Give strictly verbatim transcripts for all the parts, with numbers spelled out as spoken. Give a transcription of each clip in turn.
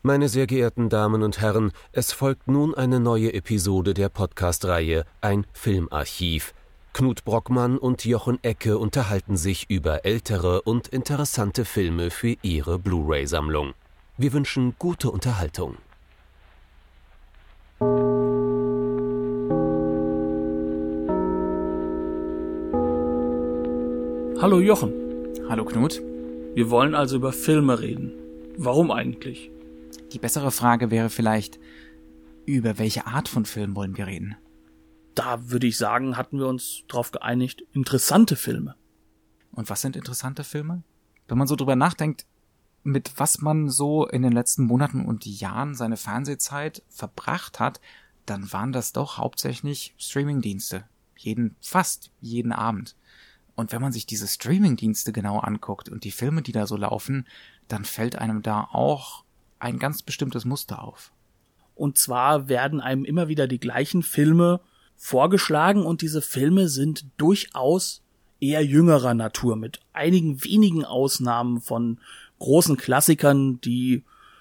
Meine sehr geehrten Damen und Herren, es folgt nun eine neue Episode der Podcast-Reihe Ein Filmarchiv. Knut Brockmann und Jochen Ecke unterhalten sich über ältere und interessante Filme für ihre Blu-ray-Sammlung. Wir wünschen gute Unterhaltung. Hallo Jochen. Hallo Knut. Wir wollen also über Filme reden. Warum eigentlich? Die bessere Frage wäre vielleicht, über welche Art von Film wollen wir reden? Da würde ich sagen, hatten wir uns darauf geeinigt, interessante Filme. Und was sind interessante Filme? Wenn man so drüber nachdenkt, mit was man so in den letzten Monaten und Jahren seine Fernsehzeit verbracht hat, dann waren das doch hauptsächlich Streamingdienste. Jeden, fast jeden Abend. Und wenn man sich diese Streamingdienste genau anguckt und die Filme, die da so laufen, dann fällt einem da auch ein ganz bestimmtes Muster auf. Und zwar werden einem immer wieder die gleichen Filme vorgeschlagen und diese Filme sind durchaus eher jüngerer Natur, mit einigen wenigen Ausnahmen von großen Klassikern, die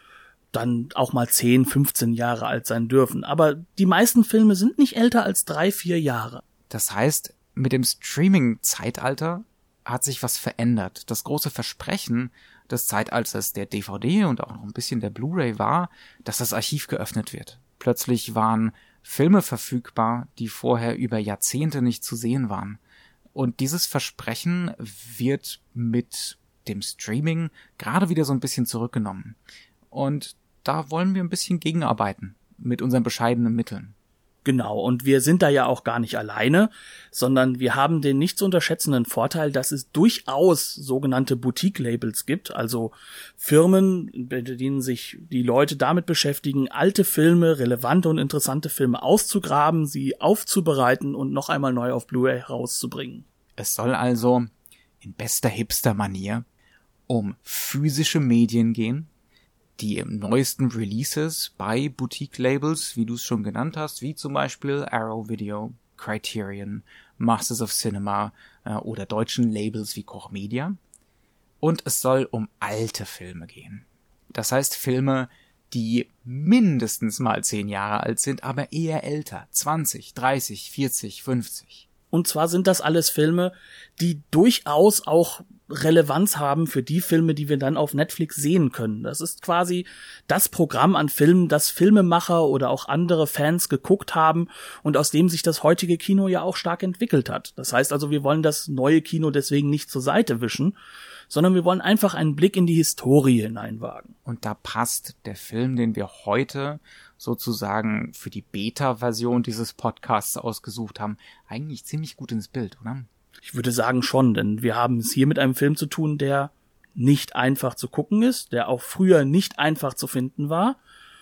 dann auch mal zehn, fünfzehn Jahre alt sein dürfen. Aber die meisten Filme sind nicht älter als drei, vier Jahre. Das heißt, mit dem Streaming-Zeitalter hat sich was verändert. Das große Versprechen des Zeitalters der D V D und auch noch ein bisschen der Blu-ray war, dass das Archiv geöffnet wird. Plötzlich waren Filme verfügbar, die vorher über Jahrzehnte nicht zu sehen waren. Und dieses Versprechen wird mit dem Streaming gerade wieder so ein bisschen zurückgenommen. Und da wollen wir ein bisschen gegenarbeiten mit unseren bescheidenen Mitteln. Genau, und wir sind da ja auch gar nicht alleine, sondern wir haben den nicht zu unterschätzenden Vorteil, dass es durchaus sogenannte Boutique-Labels gibt, also Firmen, bei denen sich die Leute damit beschäftigen, alte Filme, relevante und interessante Filme auszugraben, sie aufzubereiten und noch einmal neu auf Blu-ray herauszubringen. Es soll also in bester Hipster-Manier um physische Medien gehen, die im neuesten Releases bei Boutique-Labels, wie du es schon genannt hast, wie zum Beispiel Arrow Video, Criterion, Masters of Cinema äh, oder deutschen Labels wie Koch Media. Und es soll um alte Filme gehen. Das heißt Filme, die mindestens mal zehn Jahre alt sind, aber eher älter, zwanzig, dreißig, vierzig, fünfzig. Und zwar sind das alles Filme, die durchaus auch Relevanz haben für die Filme, die wir dann auf Netflix sehen können. Das ist quasi das Programm an Filmen, das Filmemacher oder auch andere Fans geguckt haben und aus dem sich das heutige Kino ja auch stark entwickelt hat. Das heißt also, wir wollen das neue Kino deswegen nicht zur Seite wischen, sondern wir wollen einfach einen Blick in die Historie hineinwagen. Und da passt der Film, den wir heute sozusagen für die Beta-Version dieses Podcasts ausgesucht haben, eigentlich ziemlich gut ins Bild, oder? Ich würde sagen schon, denn wir haben es hier mit einem Film zu tun, der nicht einfach zu gucken ist, der auch früher nicht einfach zu finden war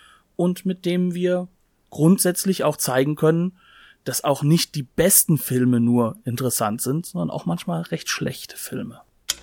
und mit dem wir grundsätzlich auch zeigen können, dass auch nicht die besten Filme nur interessant sind, sondern auch manchmal recht schlechte Filme.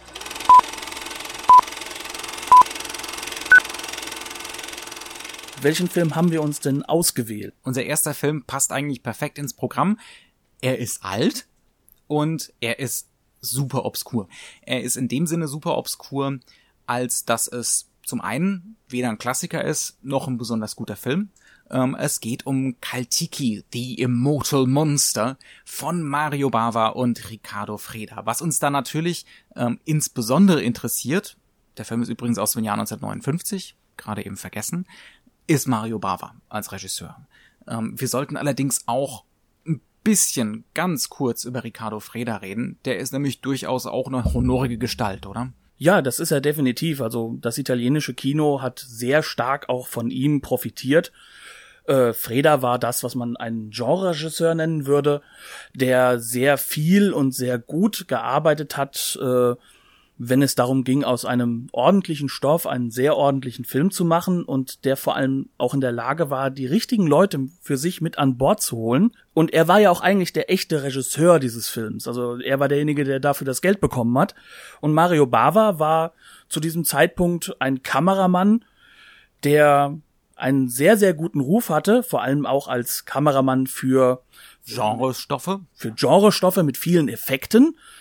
Welchen Film haben wir uns denn ausgewählt? Unser erster Film passt eigentlich perfekt ins Programm. Er ist alt und er ist super obskur. Er ist in dem Sinne super obskur, als dass es zum einen weder ein Klassiker ist, noch ein besonders guter Film. Ähm, es geht um Kal-Tiki, The Immortal Monster von Mario Bava und Riccardo Freda. Was uns da natürlich ähm, insbesondere interessiert, der Film ist übrigens aus dem Jahr neunzehnhundertneunundfünfzig, gerade eben vergessen, ist Mario Bava als Regisseur. Ähm, wir sollten allerdings auch ein bisschen ganz kurz über Riccardo Freda reden. Der ist nämlich durchaus auch eine honorige Gestalt, oder? Ja, das ist er definitiv. Also das italienische Kino hat sehr stark auch von ihm profitiert. Äh, Freda war das, was man einen Genre-Regisseur nennen würde, der sehr viel und sehr gut gearbeitet hat, äh, wenn es darum ging, aus einem ordentlichen Stoff einen sehr ordentlichen Film zu machen und der vor allem auch in der Lage war, die richtigen Leute für sich mit an Bord zu holen. Und er war ja auch eigentlich der echte Regisseur dieses Films. Also er war derjenige, der dafür das Geld bekommen hat. Und Mario Bava war zu diesem Zeitpunkt ein Kameramann, der einen sehr, sehr guten Ruf hatte, vor allem auch als Kameramann für Genrestoffe. Für Genrestoffe mit vielen Effekten.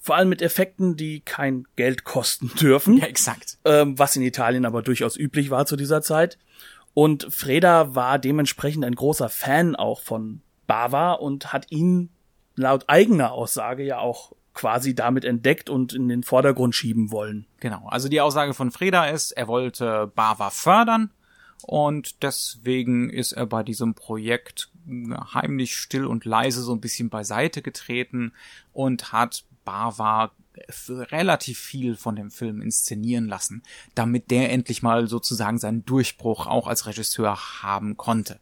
Vor allem mit Effekten, die kein Geld kosten dürfen. Ja, exakt. Ähm, was in Italien aber durchaus üblich war zu dieser Zeit. Und Freda war dementsprechend ein großer Fan auch von Bava und hat ihn laut eigener Aussage ja auch quasi damit entdeckt und in den Vordergrund schieben wollen. Genau, also die Aussage von Freda ist, er wollte Bava fördern und deswegen ist er bei diesem Projekt heimlich still und leise so ein bisschen beiseite getreten und hat Bava relativ viel von dem Film inszenieren lassen, damit der endlich mal sozusagen seinen Durchbruch auch als Regisseur haben konnte.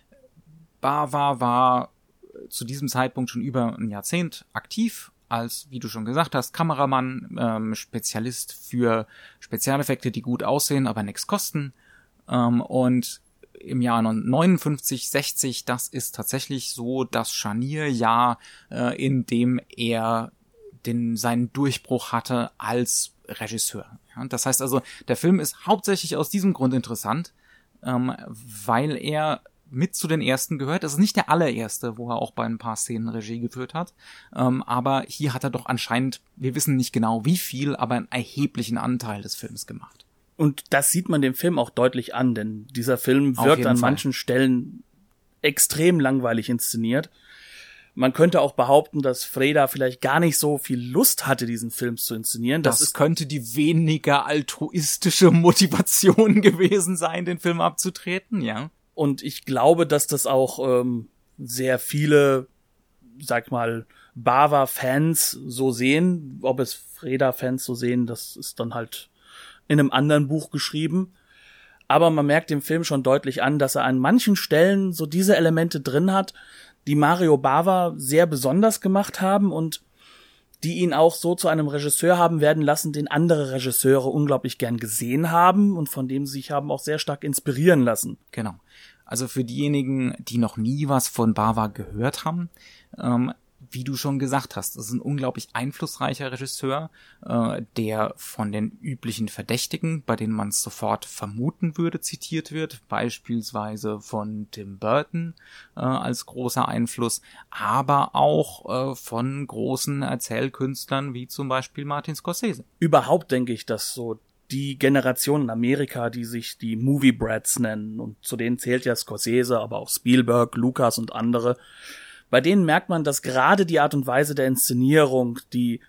Bava war zu diesem Zeitpunkt schon über ein Jahrzehnt aktiv, als, wie du schon gesagt hast, Kameramann, ähm, Spezialist für Spezialeffekte, die gut aussehen, aber nichts kosten. Ähm, und im Jahr neunundfünfzig, sechzig, das ist tatsächlich so das Scharnierjahr, äh, in dem er den seinen Durchbruch hatte als Regisseur. Ja, das heißt also, der Film ist hauptsächlich aus diesem Grund interessant, ähm, weil er mit zu den ersten gehört. Das ist nicht der allererste, wo er auch bei ein paar Szenen Regie geführt hat. Ähm, aber hier hat er doch anscheinend, wir wissen nicht genau wie viel, aber einen erheblichen Anteil des Films gemacht. Und das sieht man dem Film auch deutlich an, denn dieser Film wird an Fall. manchen Stellen extrem langweilig inszeniert. Man könnte auch behaupten, dass Freda vielleicht gar nicht so viel Lust hatte, diesen Film zu inszenieren. Das, das ist könnte die weniger altruistische Motivation gewesen sein, den Film abzutreten, ja. Und ich glaube, dass das auch ähm, sehr viele, sag mal, Bava-Fans so sehen. Ob es Freda-Fans so sehen, das ist dann halt in einem anderen Buch geschrieben. Aber man merkt dem Film schon deutlich an, dass er an manchen Stellen so diese Elemente drin hat, die Mario Bava sehr besonders gemacht haben und die ihn auch so zu einem Regisseur haben werden lassen, den andere Regisseure unglaublich gern gesehen haben und von dem sie sich haben auch sehr stark inspirieren lassen. Genau. Also für diejenigen, die noch nie was von Bava gehört haben, ähm, wie du schon gesagt hast, das ist ein unglaublich einflussreicher Regisseur, äh, der von den üblichen Verdächtigen, bei denen man es sofort vermuten würde, zitiert wird, beispielsweise von Tim Burton äh, als großer Einfluss, aber auch äh, von großen Erzählkünstlern wie zum Beispiel Martin Scorsese. Überhaupt denke ich, dass so die Generation in Amerika, die sich die Movie Brats nennen, und zu denen zählt ja Scorsese, aber auch Spielberg, Lucas und andere, bei denen merkt man, dass gerade die Art und Weise der Inszenierung, die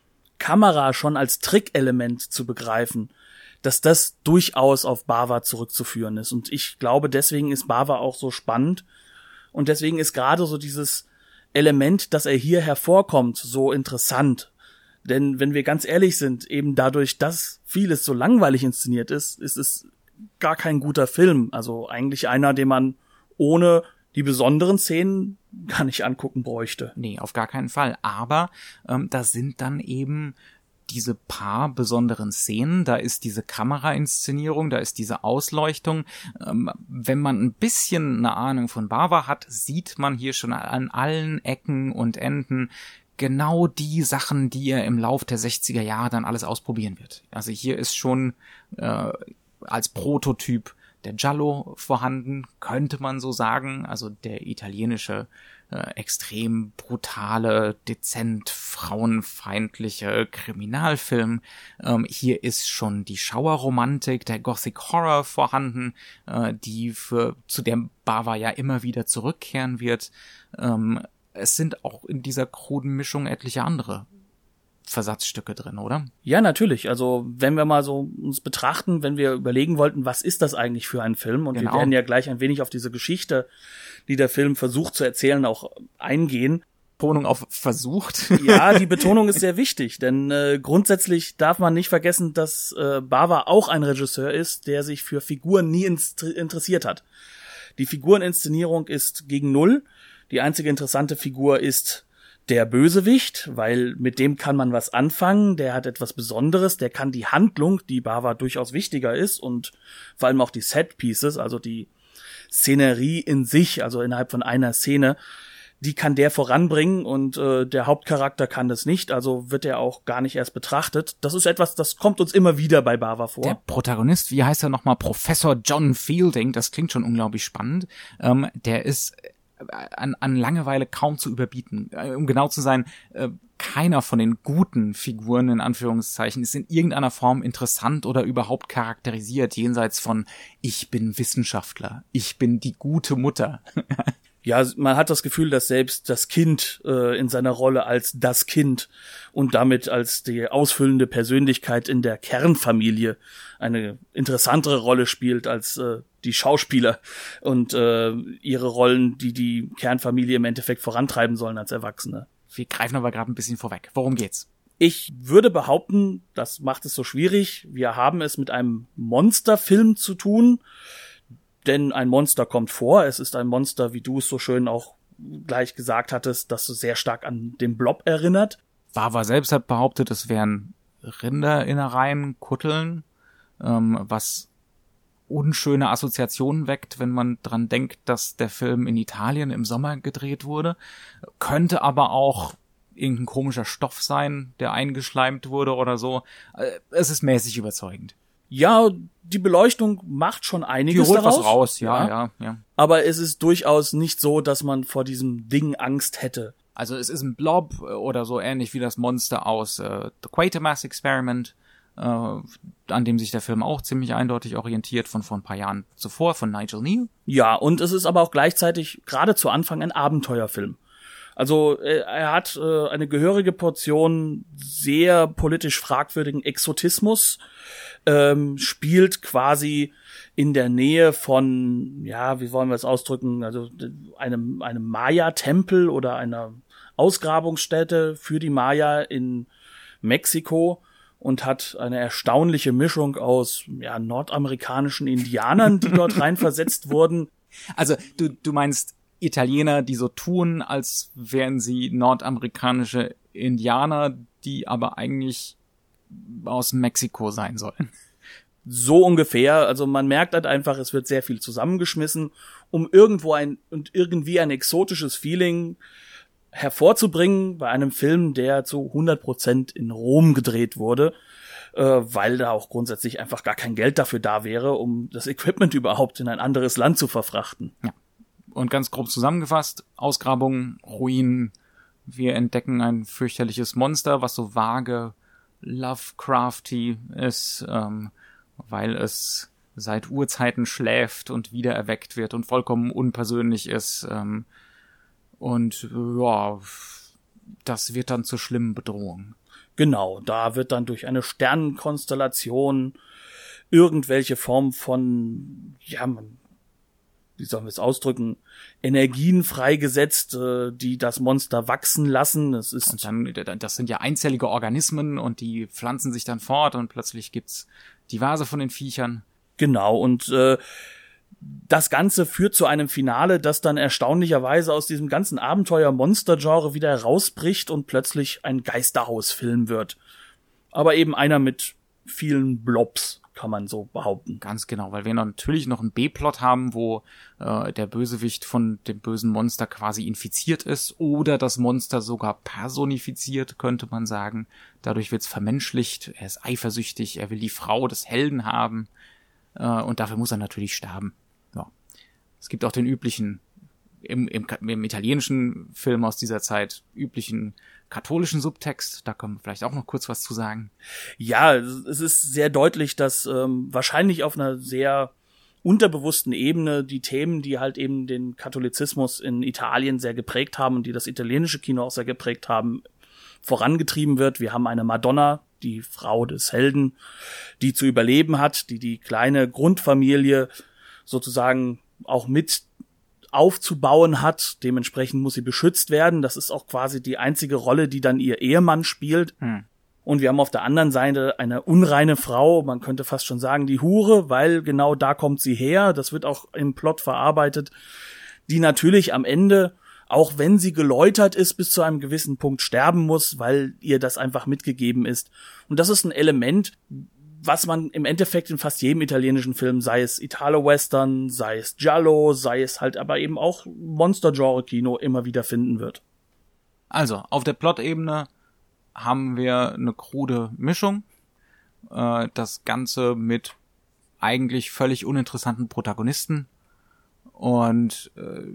Kamera schon als Trickelement zu begreifen, dass das durchaus auf Bava zurückzuführen ist. Und ich glaube, deswegen ist Bava auch so spannend. Und deswegen ist gerade so dieses Element, dass er hier hervorkommt, so interessant. Denn wenn wir ganz ehrlich sind, eben dadurch, dass vieles so langweilig inszeniert ist, ist es gar kein guter Film. Also eigentlich einer, den man ohne die besonderen Szenen gar nicht angucken bräuchte. Nee, auf gar keinen Fall. Aber ähm, da sind dann eben diese paar besonderen Szenen, da ist diese Kamerainszenierung, da ist diese Ausleuchtung. Ähm, wenn man ein bisschen eine Ahnung von Bava hat, sieht man hier schon an allen Ecken und Enden genau die Sachen, die er im Lauf der sechziger Jahre dann alles ausprobieren wird. Also hier ist schon äh, als Prototyp der Giallo vorhanden, könnte man so sagen, also der italienische, äh, extrem brutale, dezent frauenfeindliche Kriminalfilm. Ähm, hier ist schon die Schauerromantik, der Gothic Horror vorhanden, äh, die für zu der Bava ja immer wieder zurückkehren wird. Ähm, es sind auch in dieser kruden Mischung etliche andere Versatzstücke drin, oder? Ja, natürlich. Also wenn wir mal so uns betrachten, wenn wir überlegen wollten, was ist das eigentlich für ein Film? Und genau. Wir werden ja gleich ein wenig auf diese Geschichte, die der Film versucht zu erzählen, auch eingehen. Betonung auf versucht. Ja, die Betonung ist sehr wichtig, denn äh, grundsätzlich darf man nicht vergessen, dass äh, Bava auch ein Regisseur ist, der sich für Figuren nie inst- interessiert hat. Die Figureninszenierung ist gegen Null. Die einzige interessante Figur ist der Bösewicht, weil mit dem kann man was anfangen, der hat etwas Besonderes, der kann die Handlung, die Bava durchaus wichtiger ist und vor allem auch die Set-Pieces, also die Szenerie in sich, also innerhalb von einer Szene, die kann der voranbringen und äh, der Hauptcharakter kann das nicht, also wird er auch gar nicht erst betrachtet. Das ist etwas, das kommt uns immer wieder bei Bava vor. Der Protagonist, wie heißt er nochmal? Professor John Fielding, das klingt schon unglaublich spannend. Ähm, der ist an, an Langeweile kaum zu überbieten. Um genau zu sein, äh, keiner von den guten Figuren, in Anführungszeichen, ist in irgendeiner Form interessant oder überhaupt charakterisiert, jenseits von ich bin Wissenschaftler, ich bin die gute Mutter. Ja, man hat das Gefühl, dass selbst das Kind äh, in seiner Rolle als das Kind und damit als die ausfüllende Persönlichkeit in der Kernfamilie eine interessantere Rolle spielt als äh, die Schauspieler und äh, ihre Rollen, die die Kernfamilie im Endeffekt vorantreiben sollen als Erwachsene. Wir greifen aber gerade ein bisschen vorweg. Worum geht's? Ich würde behaupten, das macht es so schwierig, wir haben es mit einem Monsterfilm zu tun, denn ein Monster kommt vor. Es ist ein Monster, wie du es so schön auch gleich gesagt hattest, das so sehr stark an den Blob erinnert. Wawa selbst hat behauptet, es wären Rinderinnereien, Kutteln, ähm, was unschöne Assoziationen weckt, wenn man dran denkt, dass der Film in Italien im Sommer gedreht wurde. Könnte aber auch irgendein komischer Stoff sein, der eingeschleimt wurde oder so. Es ist mäßig überzeugend. Ja, die Beleuchtung macht schon einiges Die holt daraus. was raus, ja, ja, ja, ja. Aber es ist durchaus nicht so, dass man vor diesem Ding Angst hätte. Also es ist ein Blob oder so ähnlich wie das Monster aus äh, The Quatermass Experiment, äh, an dem sich der Film auch ziemlich eindeutig orientiert von vor ein paar Jahren zuvor, von Nigel Neal. Ja, und es ist aber auch gleichzeitig gerade zu Anfang ein Abenteuerfilm. Also äh, er hat äh, eine gehörige Portion sehr politisch fragwürdigen Exotismus, ähm, spielt quasi in der Nähe von, ja, wie wollen wir es ausdrücken, also einem, einem Maya-Tempel oder einer Ausgrabungsstätte für die Maya in Mexiko und hat eine erstaunliche Mischung aus ja, nordamerikanischen Indianern, die dort reinversetzt wurden. Also du, du meinst Italiener, die so tun, als wären sie nordamerikanische Indianer, die aber eigentlich aus Mexiko sein sollen. So ungefähr. Also man merkt halt einfach, es wird sehr viel zusammengeschmissen, um irgendwo ein und irgendwie ein exotisches Feeling hervorzubringen bei einem Film, der zu hundert Prozent in Rom gedreht wurde, äh, weil da auch grundsätzlich einfach gar kein Geld dafür da wäre, um das Equipment überhaupt in ein anderes Land zu verfrachten. Ja. Und ganz grob zusammengefasst, Ausgrabungen, Ruinen, wir entdecken ein fürchterliches Monster, was so vage Lovecrafty ist, ähm, weil es seit Urzeiten schläft und wieder erweckt wird und vollkommen unpersönlich ist. Ähm, und ja, das wird dann zur schlimmen Bedrohung. Genau, da wird dann durch eine Sternenkonstellation irgendwelche Form von, ja, man wie sollen wir es ausdrücken, Energien freigesetzt, äh, die das Monster wachsen lassen. Das ist und dann, das sind ja einzellige Organismen und die pflanzen sich dann fort und plötzlich gibt's die Vase von den Viechern. Genau, und äh, das Ganze führt zu einem Finale, das dann erstaunlicherweise aus diesem ganzen Abenteuer-Monster-Genre wieder herausbricht und plötzlich ein Geisterhausfilm wird. Aber eben einer mit vielen Blobs, kann man so behaupten. Ganz genau, weil wir natürlich noch einen B-Plot haben, wo äh, der Bösewicht von dem bösen Monster quasi infiziert ist oder das Monster sogar personifiziert, könnte man sagen. Dadurch wird's vermenschlicht, er ist eifersüchtig, er will die Frau des Helden haben äh, und dafür muss er natürlich sterben. Ja. Es gibt auch den üblichen, im, im, im italienischen Film aus dieser Zeit, üblichen katholischen Subtext, da können wir vielleicht auch noch kurz was zu sagen. Ja, es ist sehr deutlich, dass ähm, wahrscheinlich auf einer sehr unterbewussten Ebene die Themen, die halt eben den Katholizismus in Italien sehr geprägt haben und die das italienische Kino auch sehr geprägt haben, vorangetrieben wird. Wir haben eine Madonna, die Frau des Helden, die zu überleben hat, die die kleine Grundfamilie sozusagen auch mit aufzubauen hat. Dementsprechend muss sie beschützt werden. Das ist auch quasi die einzige Rolle, die dann ihr Ehemann spielt. Hm. Und wir haben auf der anderen Seite eine unreine Frau, man könnte fast schon sagen die Hure, weil genau da kommt sie her. Das wird auch im Plot verarbeitet, die natürlich am Ende, auch wenn sie geläutert ist, bis zu einem gewissen Punkt sterben muss, weil ihr das einfach mitgegeben ist. Und das ist ein Element, was man im Endeffekt in fast jedem italienischen Film, sei es Italo-Western, sei es Giallo, sei es halt aber eben auch Monster-Genre-Kino immer wieder finden wird. Also, auf der Plot-Ebene haben wir eine krude Mischung. Äh, das Ganze mit eigentlich völlig uninteressanten Protagonisten. Und äh,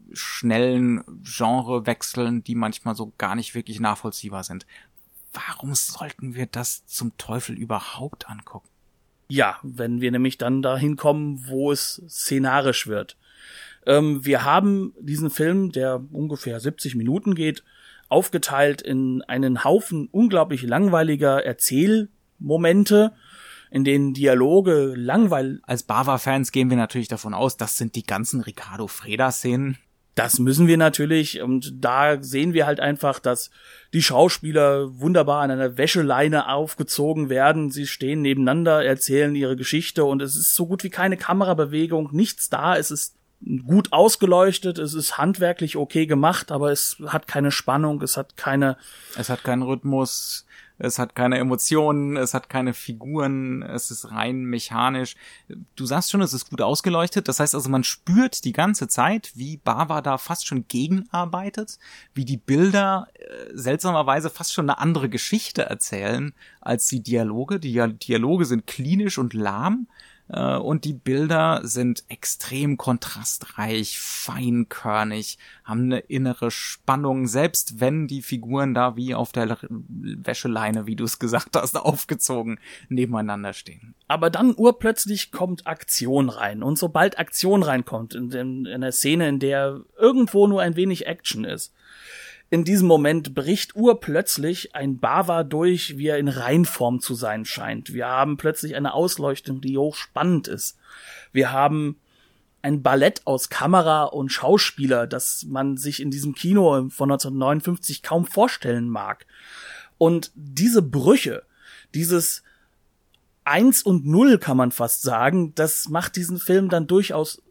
schnellen Genrewechseln, die manchmal so gar nicht wirklich nachvollziehbar sind. Warum sollten wir das zum Teufel überhaupt angucken? Ja, wenn wir nämlich dann dahin kommen, wo es szenarisch wird. Ähm, wir haben diesen Film, der ungefähr siebzig Minuten geht, aufgeteilt in einen Haufen unglaublich langweiliger Erzählmomente, in denen Dialoge langweilig... Als Bava-Fans gehen wir natürlich davon aus, das sind die ganzen Ricardo Freda-Szenen. Das müssen wir natürlich, und da sehen wir halt einfach, dass die Schauspieler wunderbar an einer Wäscheleine aufgezogen werden. Sie stehen nebeneinander, erzählen ihre Geschichte und es ist so gut wie keine Kamerabewegung, nichts da. Es ist gut ausgeleuchtet, es ist handwerklich okay gemacht, aber es hat keine Spannung, es hat keine... Es hat keinen Rhythmus, es hat keine Emotionen, es hat keine Figuren, es ist rein mechanisch. Du sagst schon, es ist gut ausgeleuchtet, das heißt also, man spürt die ganze Zeit, wie Bava da fast schon gegenarbeitet, wie die Bilder äh, seltsamerweise fast schon eine andere Geschichte erzählen als die Dialoge. Die Dialoge sind klinisch und lahm, äh, und die Bilder sind extrem kontrastreich, feinkörnig, haben eine innere Spannung, selbst wenn die Figuren da wie auf der Wäscheleine, wie du es gesagt hast, aufgezogen nebeneinander stehen. Aber dann urplötzlich kommt Aktion rein. Und sobald Aktion reinkommt, in, in, in einer Szene, in der irgendwo nur ein wenig Action ist, in diesem Moment bricht urplötzlich ein Bava durch, wie er in Reinform zu sein scheint. Wir haben plötzlich eine Ausleuchtung, die hochspannend ist. Wir haben ein Ballett aus Kamera und Schauspieler, das man sich in diesem Kino von neunzehnhundertneunundfünfzig kaum vorstellen mag. Und diese Brüche, dieses Eins und Null kann man fast sagen, das macht diesen Film dann durchaus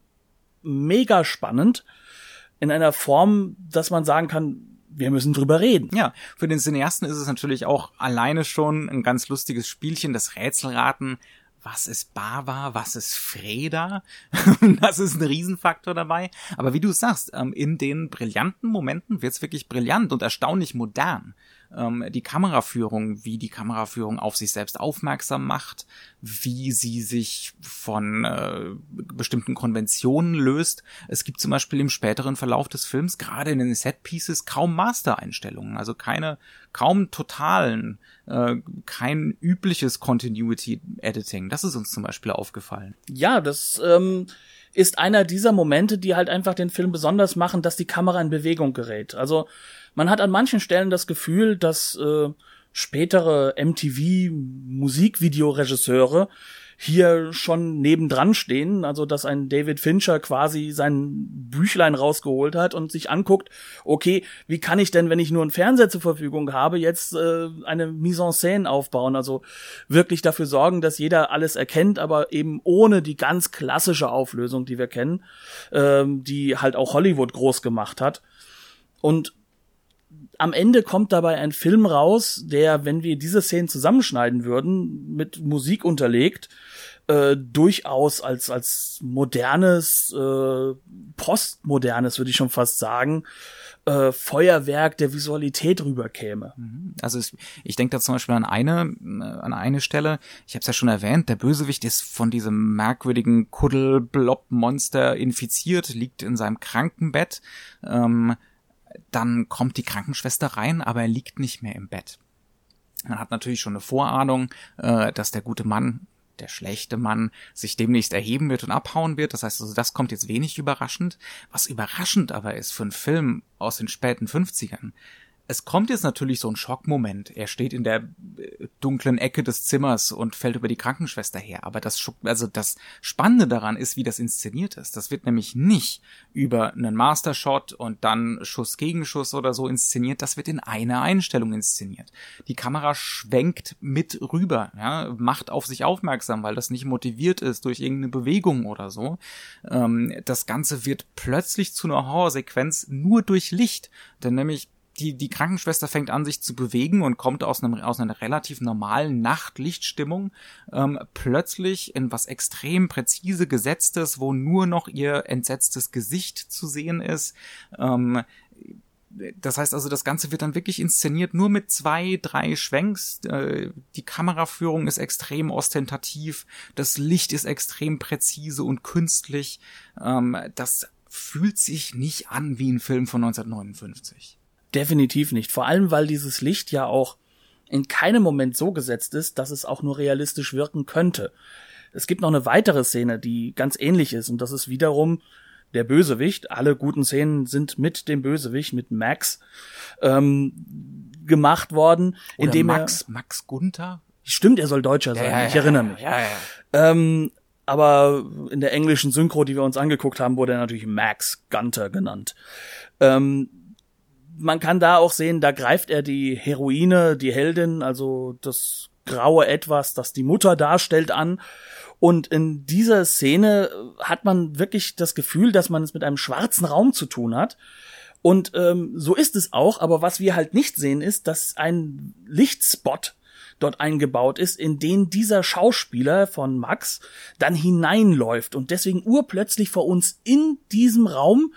mega spannend, in einer Form, dass man sagen kann, wir müssen drüber reden. Ja, für den Cineasten ist es natürlich auch alleine schon ein ganz lustiges Spielchen, das Rätselraten. Was ist Bava? Was ist Freda? Das ist ein Riesenfaktor dabei. Aber wie du sagst, in den brillanten Momenten wird's wirklich brillant und erstaunlich modern. Die Kameraführung, wie die Kameraführung auf sich selbst aufmerksam macht, wie sie sich von äh, bestimmten Konventionen löst. Es gibt zum Beispiel im späteren Verlauf des Films, gerade in den Set-Pieces, kaum Master-Einstellungen, also keine, kaum totalen, äh, kein übliches Continuity-Editing. Das ist uns zum Beispiel aufgefallen. Ja, das ähm, ist einer dieser Momente, die halt einfach den Film besonders machen, dass die Kamera in Bewegung gerät. Also man hat an manchen Stellen das Gefühl, dass äh, spätere M T V-Musikvideoregisseure hier schon nebendran stehen, also dass ein David Fincher quasi sein Büchlein rausgeholt hat und sich anguckt, okay, wie kann ich denn, wenn ich nur einen Fernseher zur Verfügung habe, jetzt äh, eine Mise en Scène aufbauen, also wirklich dafür sorgen, dass jeder alles erkennt, aber eben ohne die ganz klassische Auflösung, die wir kennen, ähm, die halt auch Hollywood groß gemacht hat. Und am Ende kommt dabei ein Film raus, der, wenn wir diese Szenen zusammenschneiden würden, mit Musik unterlegt, äh, durchaus als als modernes, äh, postmodernes, würde ich schon fast sagen, äh, Feuerwerk der Visualität rüberkäme. Also es, ich denke da zum Beispiel an eine an eine Stelle, ich habe es ja schon erwähnt, der Bösewicht ist von diesem merkwürdigen Kuddel-Blob-Monster infiziert, liegt in seinem Krankenbett, ähm, dann kommt die Krankenschwester rein, aber er liegt nicht mehr im Bett. Man hat natürlich schon eine Vorahnung, äh, dass der gute Mann, der schlechte Mann, sich demnächst erheben wird und abhauen wird. Das heißt also, das kommt jetzt wenig überraschend. Was überraschend aber ist für einen Film aus den späten fünfzigern, es kommt jetzt natürlich so ein Schockmoment. Er steht in der dunklen Ecke des Zimmers und fällt über die Krankenschwester her. Aber das, also das Spannende daran ist, wie das inszeniert ist. Das wird nämlich nicht über einen Mastershot und dann Schuss gegen Schuss oder so inszeniert. Das wird in einer Einstellung inszeniert. Die Kamera schwenkt mit rüber, ja, macht auf sich aufmerksam, weil das nicht motiviert ist durch irgendeine Bewegung oder so. Das Ganze wird plötzlich zu einer Horrorsequenz nur durch Licht. Denn nämlich Die, die Krankenschwester fängt an, sich zu bewegen und kommt aus einem, aus einer relativ normalen Nachtlichtstimmung ähm, plötzlich in was extrem präzise Gesetztes, wo nur noch ihr entsetztes Gesicht zu sehen ist. Ähm, das heißt also, das Ganze wird dann wirklich inszeniert, nur mit zwei, drei Schwenks. Äh, die Kameraführung ist extrem ostentativ, das Licht ist extrem präzise und künstlich. Ähm, das fühlt sich nicht an wie ein Film von neunzehnhundertneunundfünfzig. Definitiv nicht. Vor allem, weil dieses Licht ja auch in keinem Moment so gesetzt ist, dass es auch nur realistisch wirken könnte. Es gibt noch eine weitere Szene, die ganz ähnlich ist, und das ist wiederum der Bösewicht. Alle guten Szenen sind mit dem Bösewicht, mit Max, ähm, gemacht worden. Oder indem Max, er, Max Gunther? Stimmt, er soll Deutscher sein, ja, ja, ich erinnere ja, mich. Ja, ja. Ähm, aber in der englischen Synchro, die wir uns angeguckt haben, wurde er natürlich Max Gunther genannt. Ähm, man kann da auch sehen, da greift er die Heroine, die Heldin, also das graue Etwas, das die Mutter darstellt, an. Und in dieser Szene hat man wirklich das Gefühl, dass man es mit einem schwarzen Raum zu tun hat. Und ähm, so ist es auch, aber was wir halt nicht sehen, ist, dass ein Lichtspot dort eingebaut ist, in den dieser Schauspieler von Max dann hineinläuft und deswegen urplötzlich vor uns in diesem Raum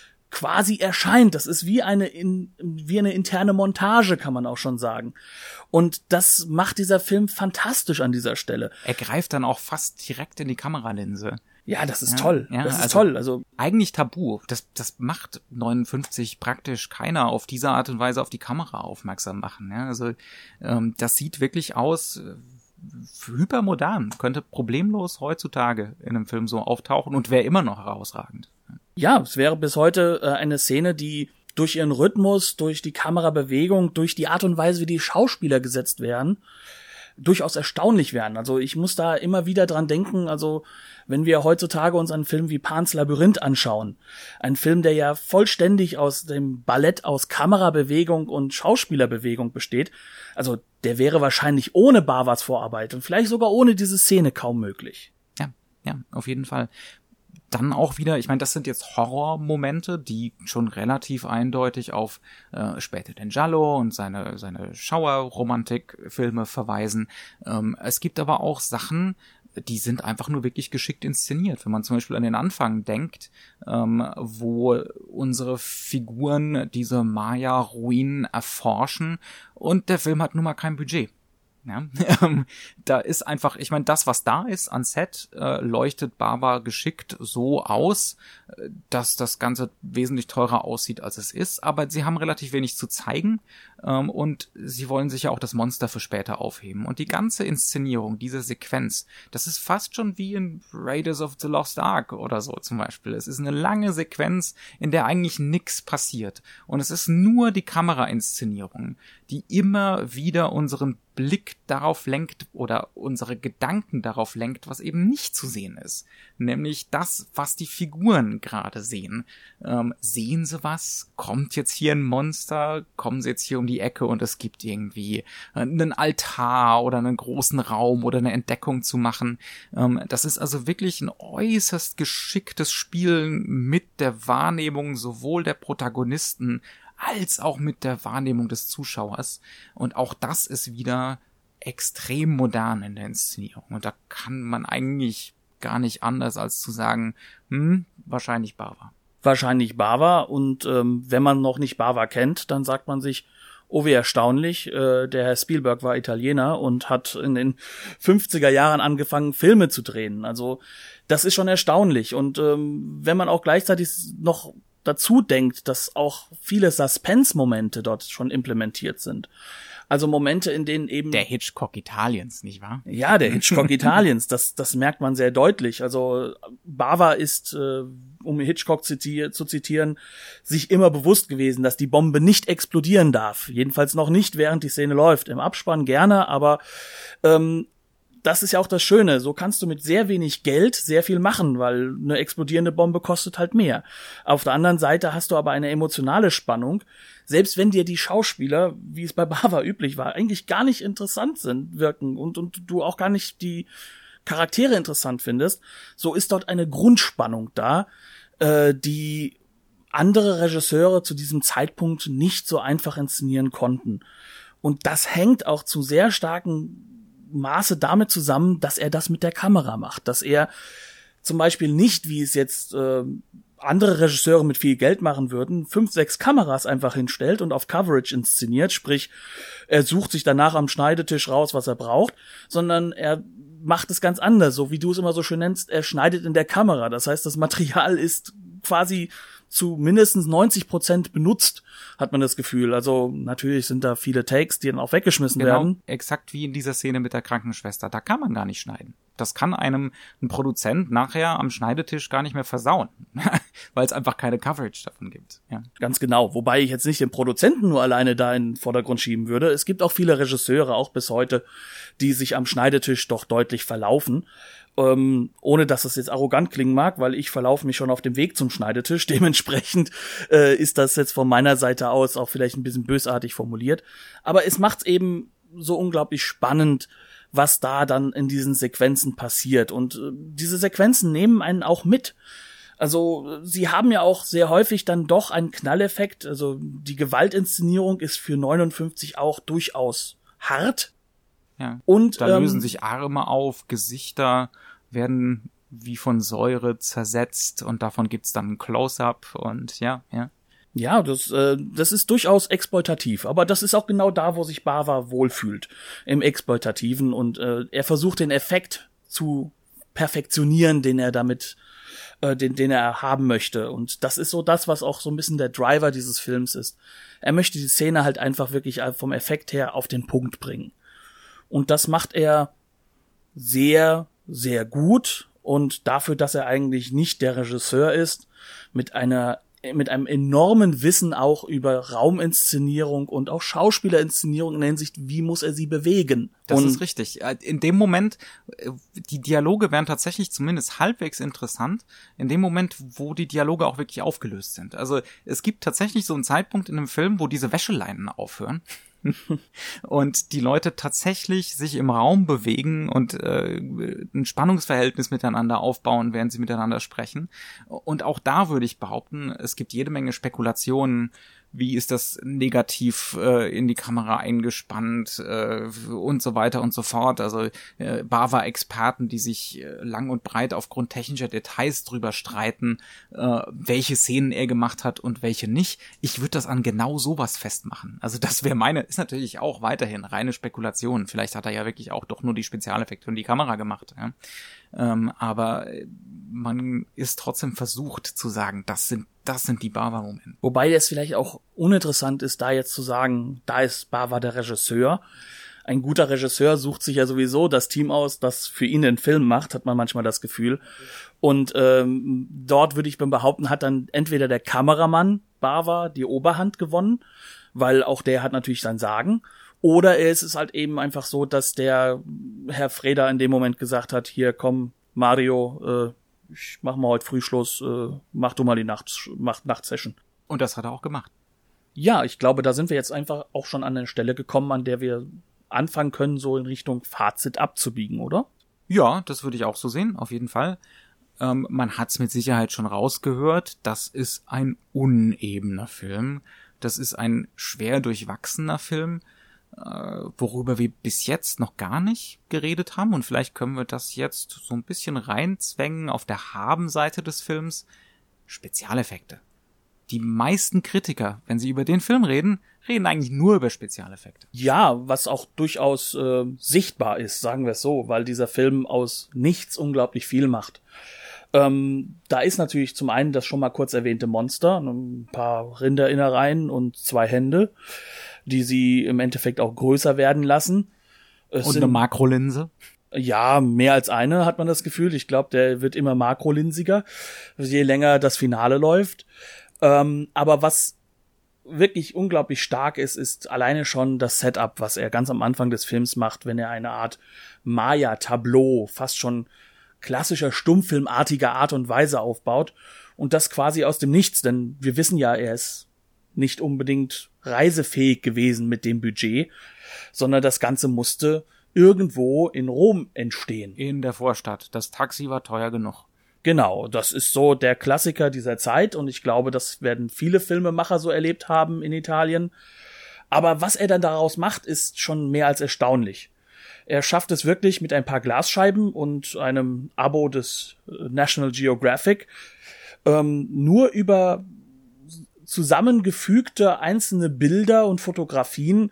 quasi erscheint. Das ist wie eine in, wie eine interne Montage, kann man auch schon sagen. Und das macht dieser Film fantastisch an dieser Stelle. Er greift dann auch fast direkt in die Kameralinse. Ja, das ist Ja, toll. ja, das ist also toll. Also eigentlich tabu. Das, das macht neunundfünfzig praktisch keiner auf diese Art und Weise auf die Kamera aufmerksam machen. Ja, also ähm, das sieht wirklich aus äh, hypermodern. Könnte problemlos heutzutage in einem Film so auftauchen und wäre immer noch herausragend. Ja, es wäre bis heute äh, eine Szene, die durch ihren Rhythmus, durch die Kamerabewegung, durch die Art und Weise, wie die Schauspieler gesetzt werden, durchaus erstaunlich werden. Also ich muss da immer wieder dran denken, also wenn wir heutzutage uns einen Film wie Pans Labyrinth anschauen, ein Film, der ja vollständig aus dem Ballett aus Kamerabewegung und Schauspielerbewegung besteht, also der wäre wahrscheinlich ohne Bavas Vorarbeit und vielleicht sogar ohne diese Szene kaum möglich. Ja, ja, auf jeden Fall. Dann auch wieder, ich meine, das sind jetzt Horrormomente, die schon relativ eindeutig auf äh, später den Giallo und seine seine Schauerromantikfilme verweisen. Ähm, es gibt aber auch Sachen, die sind einfach nur wirklich geschickt inszeniert. Wenn man zum Beispiel an den Anfang denkt, ähm, wo unsere Figuren diese Maya-Ruinen erforschen und der Film hat nun mal kein Budget. Ja, da ist einfach, ich meine, das, was da ist an Set, äh, leuchtet Bava geschickt so aus, dass das Ganze wesentlich teurer aussieht, als es ist, aber sie haben relativ wenig zu zeigen ähm, und sie wollen sich ja auch das Monster für später aufheben. Und die ganze Inszenierung, diese Sequenz, das ist fast schon wie in Raiders of the Lost Ark oder so zum Beispiel. Es ist eine lange Sequenz, in der eigentlich nichts passiert. Und es ist nur die Kamerainszenierung, die immer wieder unseren Blick darauf lenkt oder unsere Gedanken darauf lenkt, was eben nicht zu sehen ist. Nämlich das, was die Figuren gerade sehen. Ähm, sehen sie was? Kommt jetzt hier ein Monster? Kommen sie jetzt hier um die Ecke und es gibt irgendwie einen Altar oder einen großen Raum oder eine Entdeckung zu machen? Ähm, das ist also wirklich ein äußerst geschicktes Spielen mit der Wahrnehmung sowohl der Protagonisten als auch mit der Wahrnehmung des Zuschauers. Und auch das ist wieder extrem modern in der Inszenierung. Und da kann man eigentlich gar nicht anders als zu sagen, hm, wahrscheinlich Bava. Wahrscheinlich Bava. Und ähm, wenn man noch nicht Bava kennt, dann sagt man sich, oh wie erstaunlich, äh, der Herr Spielberg war Italiener und hat in den fünfziger Jahren angefangen, Filme zu drehen. Also das ist schon erstaunlich. Und ähm, wenn man auch gleichzeitig noch dazu denkt, dass auch viele Suspense-Momente dort schon implementiert sind. Also Momente, in denen eben... Der Hitchcock Italiens, nicht wahr? Ja, der Hitchcock Italiens, das das merkt man sehr deutlich. Also Bava ist, äh, um Hitchcock zitier- zu zitieren, sich immer bewusst gewesen, dass die Bombe nicht explodieren darf. Jedenfalls noch nicht, während die Szene läuft. Im Abspann gerne, aber ähm, das ist ja auch das Schöne. So kannst du mit sehr wenig Geld sehr viel machen, weil eine explodierende Bombe kostet halt mehr. Auf der anderen Seite hast du aber eine emotionale Spannung. Selbst wenn dir die Schauspieler, wie es bei Bava üblich war, eigentlich gar nicht interessant sind, wirken und, und du auch gar nicht die Charaktere interessant findest, so ist dort eine Grundspannung da, äh, die andere Regisseure zu diesem Zeitpunkt nicht so einfach inszenieren konnten. Und das hängt auch zu sehr starken Maße damit zusammen, dass er das mit der Kamera macht, dass er zum Beispiel nicht, wie es jetzt äh, andere Regisseure mit viel Geld machen würden, fünf, sechs Kameras einfach hinstellt und auf Coverage inszeniert, sprich, er sucht sich danach am Schneidetisch raus, was er braucht, sondern er macht es ganz anders, so wie du es immer so schön nennst, er schneidet in der Kamera, das heißt, das Material ist quasi zu mindestens neunzig Prozent benutzt, hat man das Gefühl. Also natürlich sind da viele Takes, die dann auch weggeschmissen genau, werden. Exakt wie in dieser Szene mit der Krankenschwester. Da kann man gar nicht schneiden. Das kann einem ein Produzent nachher am Schneidetisch gar nicht mehr versauen, weil es einfach keine Coverage davon gibt. Ja. Ganz genau. Wobei ich jetzt nicht den Produzenten nur alleine da in den Vordergrund schieben würde. Es gibt auch viele Regisseure, auch bis heute, die sich am Schneidetisch doch deutlich verlaufen. Ähm, ohne dass das jetzt arrogant klingen mag, weil ich verlaufe mich schon auf dem Weg zum Schneidetisch. Dementsprechend äh, ist das jetzt von meiner Seite aus auch vielleicht ein bisschen bösartig formuliert. Aber es macht's eben so unglaublich spannend, was da dann in diesen Sequenzen passiert. Und äh, diese Sequenzen nehmen einen auch mit. Also sie haben ja auch sehr häufig dann doch einen Knalleffekt. Also die Gewaltinszenierung ist für neunundfünfzig auch durchaus hart. Ja. Und da ähm, lösen sich Arme auf, Gesichter werden wie von Säure zersetzt und davon gibt's dann ein Close-up und ja, ja. Ja, das, äh, das ist durchaus exploitativ, aber das ist auch genau da, wo sich Bava wohlfühlt, im Exploitativen, und äh, er versucht den Effekt zu perfektionieren, den er damit, äh, den, den er haben möchte, und das ist so das, was auch so ein bisschen der Driver dieses Films ist. Er möchte die Szene halt einfach wirklich vom Effekt her auf den Punkt bringen. Und das macht er sehr, sehr gut. Und dafür, dass er eigentlich nicht der Regisseur ist, mit einer, mit einem enormen Wissen auch über Rauminszenierung und auch Schauspielerinszenierung in der Hinsicht, wie muss er sie bewegen. Das und ist richtig. In dem Moment, die Dialoge wären tatsächlich zumindest halbwegs interessant, in dem Moment, wo die Dialoge auch wirklich aufgelöst sind. Also es gibt tatsächlich so einen Zeitpunkt in einem Film, wo diese Wäscheleinen aufhören. Und die Leute tatsächlich sich im Raum bewegen und äh, ein Spannungsverhältnis miteinander aufbauen, während sie miteinander sprechen. Und auch da würde ich behaupten, es gibt jede Menge Spekulationen. Wie ist das negativ äh, in die Kamera eingespannt äh, und so weiter und so fort. Also äh, Bava-Experten, die sich äh, lang und breit aufgrund technischer Details drüber streiten, äh, welche Szenen er gemacht hat und welche nicht. Ich würde das an genau sowas festmachen. Also das wäre meine, ist natürlich auch weiterhin reine Spekulation. Vielleicht hat er ja wirklich auch doch nur die Spezialeffekte und die Kamera gemacht. Ja? Ähm, aber man ist trotzdem versucht zu sagen, das sind das sind die Bava-Momente. Wobei es vielleicht auch uninteressant ist, da jetzt zu sagen, da ist Bava der Regisseur. Ein guter Regisseur sucht sich ja sowieso das Team aus, das für ihn den Film macht, hat man manchmal das Gefühl. Und ähm, dort würde ich behaupten, hat dann entweder der Kameramann Bava die Oberhand gewonnen, weil auch der hat natürlich sein Sagen. Oder es ist halt eben einfach so, dass der Herr Freda in dem Moment gesagt hat, hier komm Mario, äh, ich mach mal heute Frühschluss, äh, mach du mal die Nacht, mach Nachtsession. Und das hat er auch gemacht. Ja, ich glaube, da sind wir jetzt einfach auch schon an eine Stelle gekommen, an der wir anfangen können, so in Richtung Fazit abzubiegen, oder? Ja, das würde ich auch so sehen, auf jeden Fall. Ähm, man hat's mit Sicherheit schon rausgehört, das ist ein unebener Film. Das ist ein schwer durchwachsener Film, äh, worüber wir bis jetzt noch gar nicht geredet haben. Und vielleicht können wir das jetzt so ein bisschen reinzwängen auf der Haben-Seite des Films. Spezialeffekte. Die meisten Kritiker, wenn sie über den Film reden, reden eigentlich nur über Spezialeffekte. Ja, was auch durchaus äh, sichtbar ist, sagen wir es so, weil dieser Film aus nichts unglaublich viel macht. Ähm, da ist natürlich zum einen das schon mal kurz erwähnte Monster, ein paar Rinderinnereien und zwei Hände, die sie im Endeffekt auch größer werden lassen. Es und sind, eine Makrolinse. Ja, mehr als eine hat man das Gefühl. Ich glaube, der wird immer makrolinsiger, je länger das Finale läuft. Ähm, aber was wirklich unglaublich stark ist, ist alleine schon das Setup, was er ganz am Anfang des Films macht, wenn er eine Art Maya-Tableau, fast schon klassischer stummfilmartiger Art und Weise aufbaut. Und das quasi aus dem Nichts, denn wir wissen ja, er ist nicht unbedingt reisefähig gewesen mit dem Budget, sondern das Ganze musste irgendwo in Rom entstehen. In der Vorstadt. Das Taxi war teuer genug. Genau, das ist so der Klassiker dieser Zeit und ich glaube, das werden viele Filmemacher so erlebt haben in Italien. Aber was er dann daraus macht, ist schon mehr als erstaunlich. Er schafft es wirklich mit ein paar Glasscheiben und einem Abo des National Geographic ähm, nur über zusammengefügte einzelne Bilder und Fotografien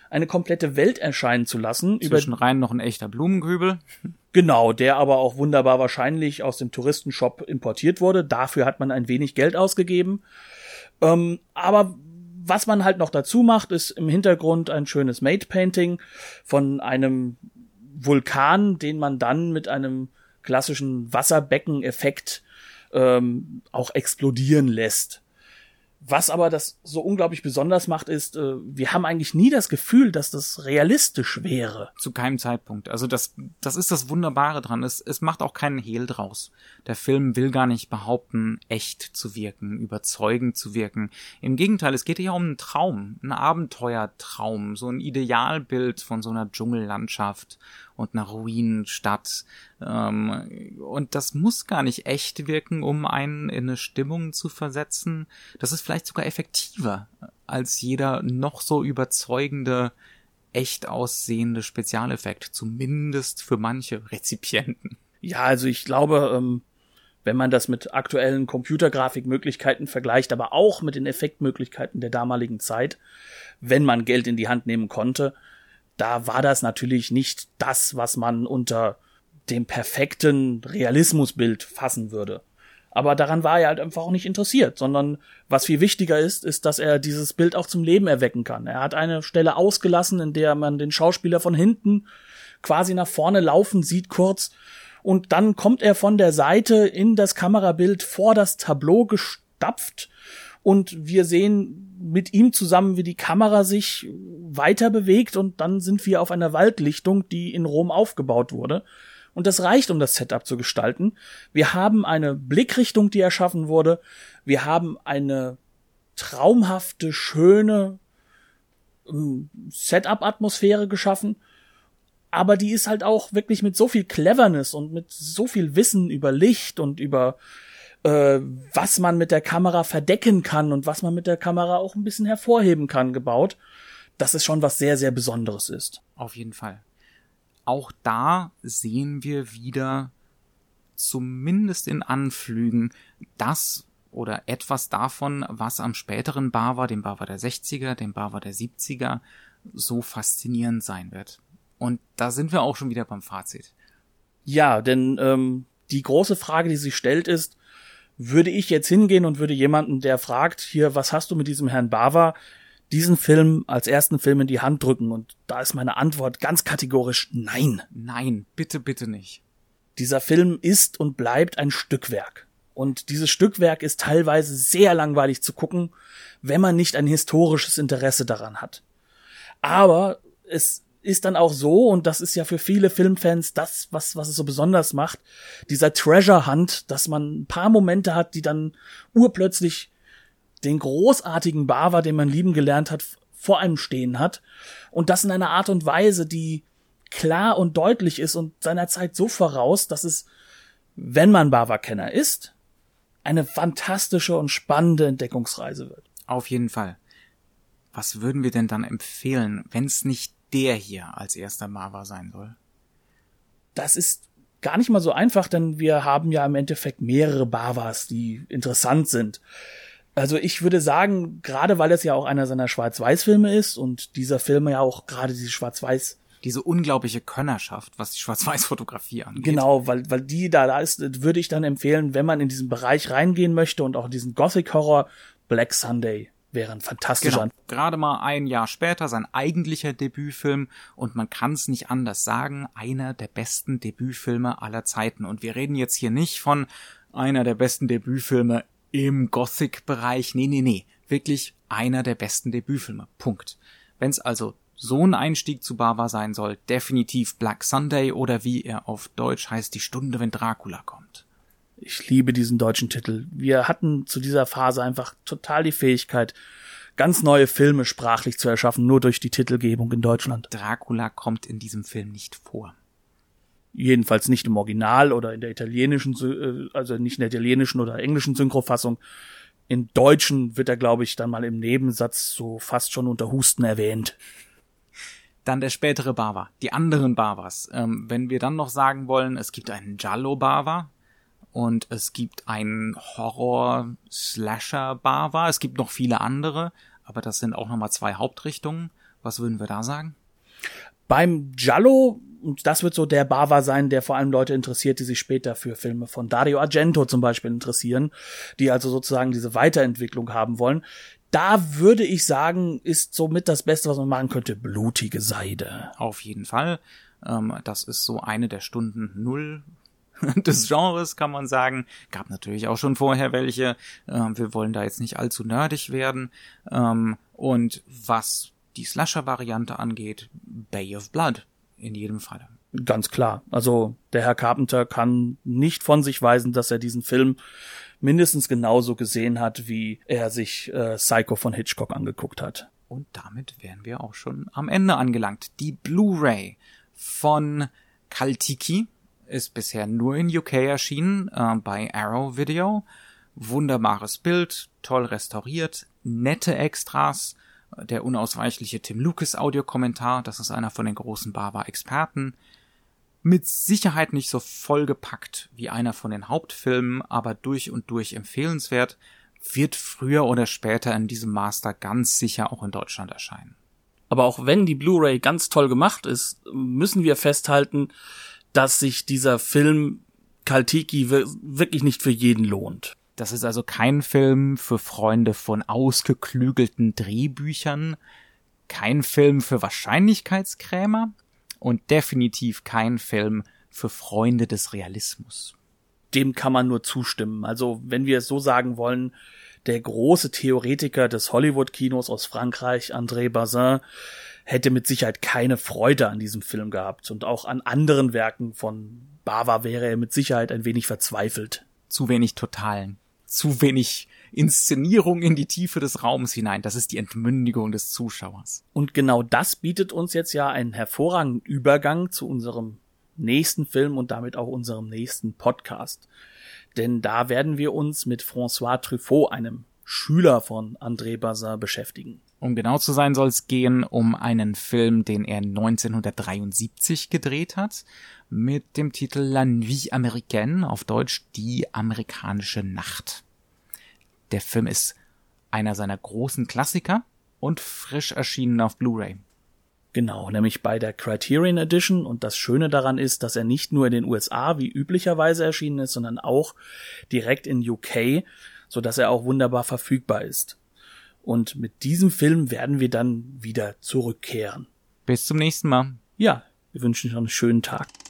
eine komplette Welt erscheinen zu lassen. Zwischen rein noch ein echter Blumenkübel. Genau, der aber auch wunderbar wahrscheinlich aus dem Touristenshop importiert wurde. Dafür hat man ein wenig Geld ausgegeben. Ähm, aber was man halt noch dazu macht, ist im Hintergrund ein schönes Made-Painting von einem Vulkan, den man dann mit einem klassischen Wasserbecken-Effekt ähm, auch explodieren lässt. Was aber das so unglaublich besonders macht, ist, äh, wir haben eigentlich nie das Gefühl, dass das realistisch wäre. Zu keinem Zeitpunkt. Also das, das ist das Wunderbare dran. Es, es macht auch keinen Hehl draus. Der Film will gar nicht behaupten, echt zu wirken, überzeugend zu wirken. Im Gegenteil, es geht ja um einen Traum, einen Abenteuertraum, so ein Idealbild von so einer Dschungellandschaft und einer Ruinenstadt. Ähm, und das muss gar nicht echt wirken, um einen in eine Stimmung zu versetzen. Das ist vielleicht sogar effektiver als jeder noch so überzeugende, echt aussehende Spezialeffekt. Zumindest für manche Rezipienten. Ja, also ich glaube, ähm, wenn man das mit aktuellen Computergrafikmöglichkeiten vergleicht, aber auch mit den Effektmöglichkeiten der damaligen Zeit, wenn man Geld in die Hand nehmen konnte, da war das natürlich nicht das, was man unter dem perfekten Realismusbild fassen würde. Aber daran war er halt einfach auch nicht interessiert, sondern was viel wichtiger ist, ist, dass er dieses Bild auch zum Leben erwecken kann. Er hat eine Stelle ausgelassen, in der man den Schauspieler von hinten quasi nach vorne laufen sieht kurz und dann kommt er von der Seite in das Kamerabild vor das Tableau gestapft und wir sehen mit ihm zusammen, wie die Kamera sich weiter bewegt und dann sind wir auf einer Waldlichtung, die in Rom aufgebaut wurde. Und das reicht, um das Setup zu gestalten. Wir haben eine Blickrichtung, die erschaffen wurde. Wir haben eine traumhafte, schöne ähm, Setup-Atmosphäre geschaffen. Aber die ist halt auch wirklich mit so viel Cleverness und mit so viel Wissen über Licht und über äh, was man mit der Kamera verdecken kann und was man mit der Kamera auch ein bisschen hervorheben kann, gebaut, dass es schon was sehr, sehr Besonderes ist. Auf jeden Fall. Auch da sehen wir wieder, zumindest in Anflügen, das oder etwas davon, was am späteren Bava, dem Bava der sechziger, dem Bava der siebziger, so faszinierend sein wird. Und da sind wir auch schon wieder beim Fazit. Ja, denn ähm, die große Frage, die sich stellt, ist, würde ich jetzt hingehen und würde jemanden, der fragt, hier, was hast du mit diesem Herrn Bava, diesen Film als ersten Film in die Hand drücken? Und da ist meine Antwort ganz kategorisch nein. Nein, bitte, bitte nicht. Dieser Film ist und bleibt ein Stückwerk. Und dieses Stückwerk ist teilweise sehr langweilig zu gucken, wenn man nicht ein historisches Interesse daran hat. Aber es ist dann auch so, und das ist ja für viele Filmfans das, was, was es so besonders macht, dieser Treasure Hunt, dass man ein paar Momente hat, die dann urplötzlich den großartigen Bava, den man lieben gelernt hat, vor einem stehen hat. Und das in einer Art und Weise, die klar und deutlich ist und seiner Zeit so voraus, dass es, wenn man Bava-Kenner ist, eine fantastische und spannende Entdeckungsreise wird. Auf jeden Fall. Was würden wir denn dann empfehlen, wenn es nicht der hier als erster Bava sein soll? Das ist gar nicht mal so einfach, denn wir haben ja im Endeffekt mehrere Bavas, die interessant sind. Also ich würde sagen, gerade weil es ja auch einer seiner Schwarz-Weiß-Filme ist und dieser Film ja auch gerade diese Schwarz-Weiß... Diese unglaubliche Könnerschaft, was die Schwarz-Weiß-Fotografie angeht. Genau, weil weil die da, da ist, würde ich dann empfehlen, wenn man in diesen Bereich reingehen möchte und auch diesen Gothic-Horror, Black Sunday wäre ein fantastischer. Genau. Gerade mal ein Jahr später sein eigentlicher Debütfilm und man kann es nicht anders sagen, einer der besten Debütfilme aller Zeiten. Und wir reden jetzt hier nicht von einer der besten Debütfilme im Gothic-Bereich. Nee, nee, nee. Wirklich einer der besten Debütfilme. Punkt. Wenn es also so ein Einstieg zu Bava sein soll, definitiv Black Sunday oder wie er auf Deutsch heißt, Die Stunde, wenn Dracula kommt. Ich liebe diesen deutschen Titel. Wir hatten zu dieser Phase einfach total die Fähigkeit, ganz neue Filme sprachlich zu erschaffen, nur durch die Titelgebung in Deutschland. Dracula kommt in diesem Film nicht vor. Jedenfalls nicht im Original oder in der italienischen, also nicht in der italienischen oder englischen Synchrofassung. In Deutschen wird er, glaube ich, dann mal im Nebensatz so fast schon unter Husten erwähnt. Dann der spätere Bava, die anderen Bavas. Ähm, wenn wir dann noch sagen wollen, es gibt einen Giallo-Bava und es gibt einen Horror-Slasher-Bava, es gibt noch viele andere, aber das sind auch nochmal zwei Hauptrichtungen. Was würden wir da sagen? Beim Giallo, und das wird so der Bava sein, der vor allem Leute interessiert, die sich später für Filme von Dario Argento zum Beispiel interessieren, die also sozusagen diese Weiterentwicklung haben wollen. Da würde ich sagen, ist somit das Beste, was man machen könnte, blutige Seide. Auf jeden Fall. Ähm, das ist so eine der Stunden Null des Genres, kann man sagen. Gab natürlich auch schon vorher welche. Ähm, wir wollen da jetzt nicht allzu nerdig werden. Ähm, und was die Slasher-Variante angeht, Bay of Blood in jedem Fall. Ganz klar. Also der Herr Carpenter kann nicht von sich weisen, dass er diesen Film mindestens genauso gesehen hat, wie er sich äh, Psycho von Hitchcock angeguckt hat. Und damit wären wir auch schon am Ende angelangt. Die Blu-ray von Kaltiki ist bisher nur in U K erschienen, äh, bei Arrow Video. Wunderbares Bild, toll restauriert, nette Extras, der unausweichliche Tim Lucas Audiokommentar, das ist einer von den großen Bava-Experten. Mit Sicherheit nicht so vollgepackt wie einer von den Hauptfilmen, aber durch und durch empfehlenswert, wird früher oder später in diesem Master ganz sicher auch in Deutschland erscheinen. Aber auch wenn die Blu-ray ganz toll gemacht ist, müssen wir festhalten, dass sich dieser Film Kaltiki wirklich nicht für jeden lohnt. Das ist also kein Film für Freunde von ausgeklügelten Drehbüchern, kein Film für Wahrscheinlichkeitskrämer und definitiv kein Film für Freunde des Realismus. Dem kann man nur zustimmen. Also, wenn wir es so sagen wollen, der große Theoretiker des Hollywood-Kinos aus Frankreich, André Bazin, hätte mit Sicherheit keine Freude an diesem Film gehabt. Und auch an anderen Werken von Bava wäre er mit Sicherheit ein wenig verzweifelt. Zu wenig Totalen. Zu wenig Inszenierung in die Tiefe des Raums hinein. Das ist die Entmündigung des Zuschauers. Und genau das bietet uns jetzt ja einen hervorragenden Übergang zu unserem nächsten Film und damit auch unserem nächsten Podcast. Denn da werden wir uns mit François Truffaut, einem Schüler von André Bazin, beschäftigen. Um genau zu sein, soll es gehen um einen Film, den er neunzehnhundertdreiundsiebzig gedreht hat, mit dem Titel La Nuit Américaine, auf Deutsch Die amerikanische Nacht. Der Film ist einer seiner großen Klassiker und frisch erschienen auf Blu-ray. Genau, nämlich bei der Criterion Edition, und das Schöne daran ist, dass er nicht nur in den U S A wie üblicherweise erschienen ist, sondern auch direkt in U K, so dass er auch wunderbar verfügbar ist. Und mit diesem Film werden wir dann wieder zurückkehren. Bis zum nächsten Mal. Ja, wir wünschen euch noch einen schönen Tag.